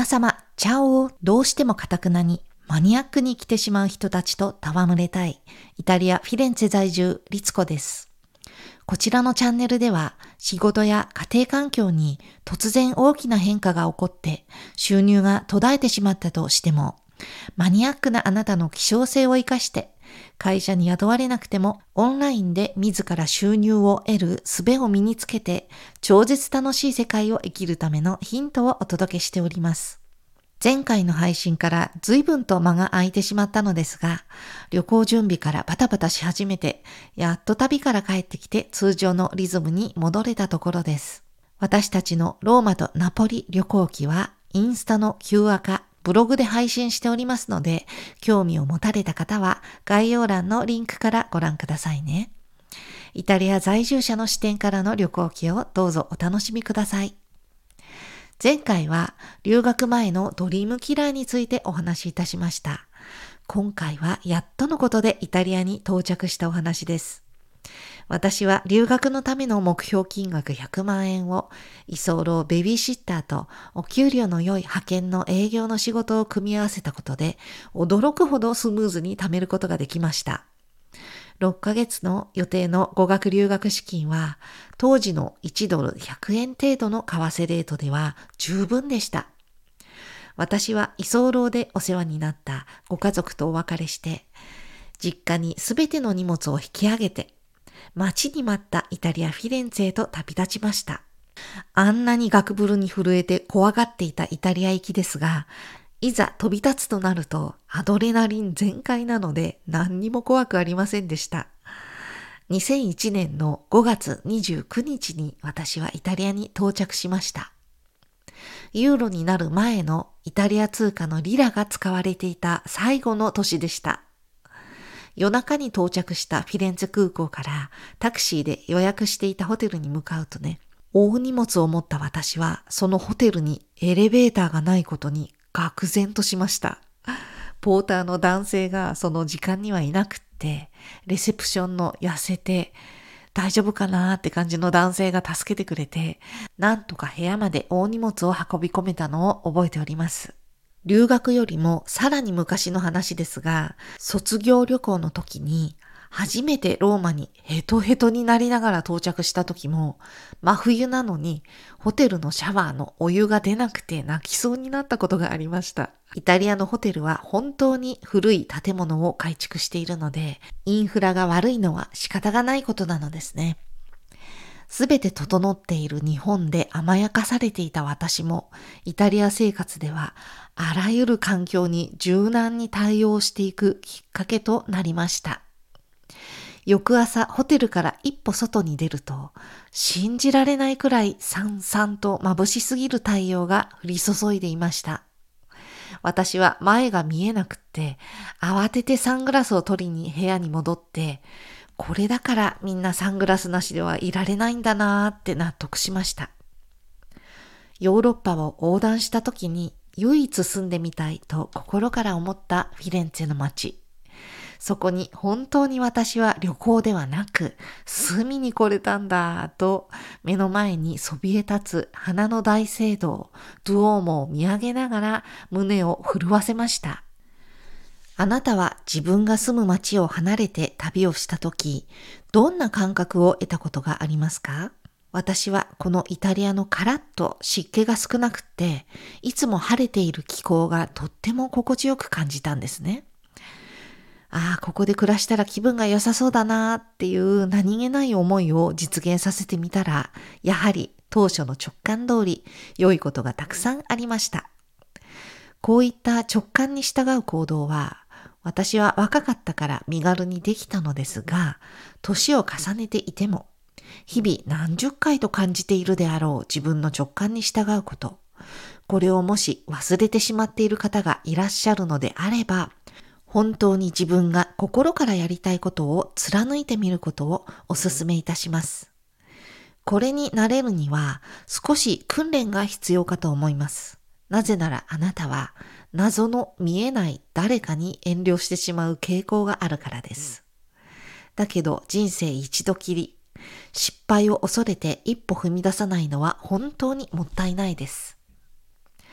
皆様、チャオをどうしても堅くなにマニアックに生きてしまう人たちと戯れたい、イタリア・フィレンツェ在住、リツコです。こちらのチャンネルでは、仕事や家庭環境に突然大きな変化が起こって収入が途絶えてしまったとしても、マニアックなあなたの希少性を生かして、会社に雇われなくてもオンラインで自ら収入を得る術を身につけて超絶楽しい世界を生きるためのヒントをお届けしております。前回の配信から随分と間が空いてしまったのですが、旅行準備からバタバタし始めて、やっと旅から帰ってきて通常のリズムに戻れたところです。私たちのローマとナポリ旅行記はインスタの Q アカ、ブログで配信しておりますので、興味を持たれた方は概要欄のリンクからご覧くださいね。イタリア在住者の視点からの旅行記をどうぞお楽しみください。前回は留学前のドリームキラーについてお話しいたしました。今回はやっとのことでイタリアに到着したお話です。私は留学のための目標金額100万円を居候ベビーシッターとお給料の良い派遣の営業の仕事を組み合わせたことで驚くほどスムーズに貯めることができました。6ヶ月の予定の語学留学資金は当時の1ドル100円程度の為替レートでは十分でした。私は居候でお世話になったご家族とお別れして実家にすべての荷物を引き上げて待ちに待ったイタリア・フィレンツェへと旅立ちました。あんなにガクブルに震えて怖がっていたイタリア行きですが、いざ飛び立つとなるとアドレナリン全開なので何にも怖くありませんでした。2001年の5月29日に私はイタリアに到着しました。ユーロになる前のイタリア通貨のリラが使われていた最後の年でした。夜中に到着したフィレンツェ空港からタクシーで予約していたホテルに向かうとね、大荷物を持った私はそのホテルにエレベーターがないことに愕然としました。ポーターの男性がその時間にはいなくって、レセプションの痩せて大丈夫かなって感じの男性が助けてくれて、なんとか部屋まで大荷物を運び込めたのを覚えております。留学よりもさらに昔の話ですが、卒業旅行の時に初めてローマにヘトヘトになりながら到着した時も、真冬なのにホテルのシャワーのお湯が出なくて泣きそうになったことがありました。イタリアのホテルは本当に古い建物を改築しているので、インフラが悪いのは仕方がないことなのですね。すべて整っている日本で甘やかされていた私も、イタリア生活ではあらゆる環境に柔軟に対応していくきっかけとなりました。翌朝ホテルから一歩外に出ると、信じられないくらいさんさんと眩しすぎる太陽が降り注いでいました。私は前が見えなくって、慌ててサングラスを取りに部屋に戻って、これだからみんなサングラスなしではいられないんだなーって納得しました。ヨーロッパを横断した時に唯一住んでみたいと心から思ったフィレンツェの街。そこに本当に私は旅行ではなく住みに来れたんだと目の前にそびえ立つ花の大聖堂ドゥオーモを見上げながら胸を震わせました。あなたは自分が住む街を離れて旅をしたとき、どんな感覚を得たことがありますか？私はこのイタリアのカラッと湿気が少なくって、いつも晴れている気候がとっても心地よく感じたんですね。ここで暮らしたら気分が良さそうだなっていう何気ない思いを実現させてみたら、やはり当初の直感通り良いことがたくさんありました。こういった直感に従う行動は、私は若かったから身軽にできたのですが、年を重ねていても、日々何十回と感じているであろう自分の直感に従うこと、これをもし忘れてしまっている方がいらっしゃるのであれば、本当に自分が心からやりたいことを貫いてみることをお勧めいたします。これに慣れるには少し訓練が必要かと思います。なぜならあなたは謎の見えない誰かに遠慮してしまう傾向があるからです。だけど人生一度きり、失敗を恐れて一歩踏み出さないのは本当にもったいないです。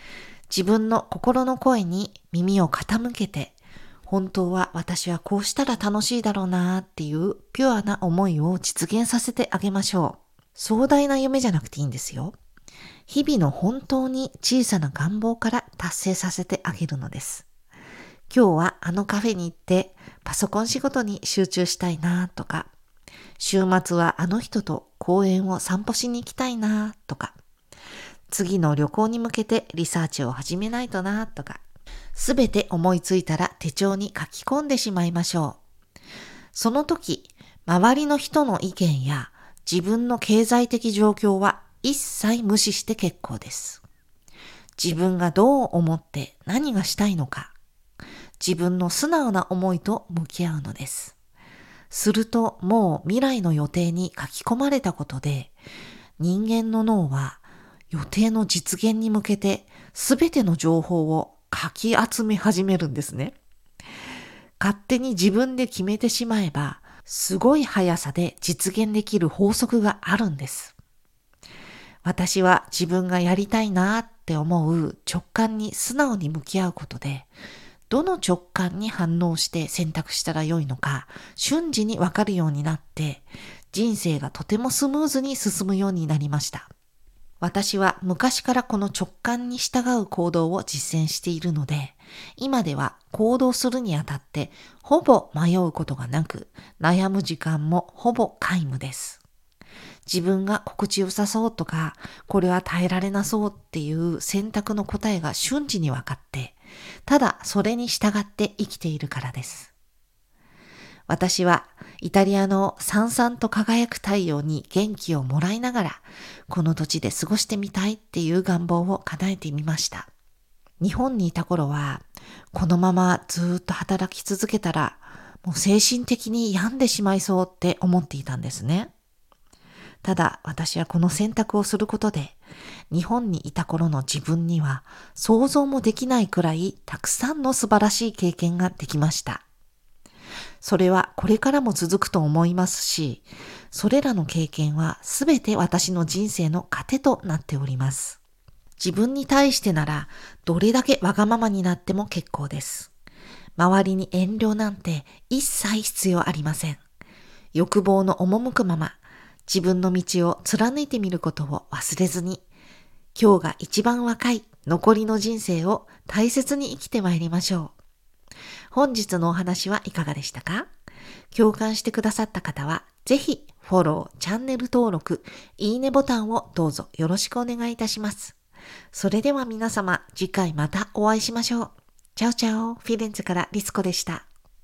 自分の心の声に耳を傾けて、本当は私はこうしたら楽しいだろうなっていうピュアな思いを実現させてあげましょう。壮大な夢じゃなくていいんですよ。日々の本当に小さな願望から達成させてあげるのです。今日はあのカフェに行ってパソコン仕事に集中したいなとか、週末はあの人と公園を散歩しに行きたいなとか、次の旅行に向けてリサーチを始めないとなとか、すべて思いついたら手帳に書き込んでしまいましょう。その時、周りの人の意見や自分の経済的状況は一切無視して結構です。自分がどう思って何がしたいのか、自分の素直な思いと向き合うのです。するともう未来の予定に書き込まれたことで、人間の脳は予定の実現に向けてすべての情報をかき集め始めるんですね。勝手に自分で決めてしまえば、すごい速さで実現できる法則があるんです。私は自分がやりたいなって思う直感に素直に向き合うことで、どの直感に反応して選択したらよいのか瞬時にわかるようになって、人生がとてもスムーズに進むようになりました。私は昔からこの直感に従う行動を実践しているので、今では行動するにあたってほぼ迷うことがなく、悩む時間もほぼ皆無です。自分が心地よさそうとか、これは耐えられなそうっていう選択の答えが瞬時に分かって、ただそれに従って生きているからです。私はイタリアのさんさんと輝く太陽に元気をもらいながら、この土地で過ごしてみたいっていう願望を叶えてみました。日本にいた頃は、このままずっと働き続けたら、もう精神的に病んでしまいそうって思っていたんですね。ただ私はこの選択をすることで、日本にいた頃の自分には想像もできないくらいたくさんの素晴らしい経験ができました。それはこれからも続くと思いますし、それらの経験はすべて私の人生の糧となっております。自分に対してならどれだけわがままになっても結構です。周りに遠慮なんて一切必要ありません。欲望の赴くまま、自分の道を貫いてみることを忘れずに、今日が一番若い残りの人生を大切に生きてまいりましょう。本日のお話はいかがでしたか？共感してくださった方は、ぜひフォロー、チャンネル登録、いいねボタンをどうぞよろしくお願いいたします。それでは皆様、次回またお会いしましょう。チャオチャオ、フィレンツェからリツコでした。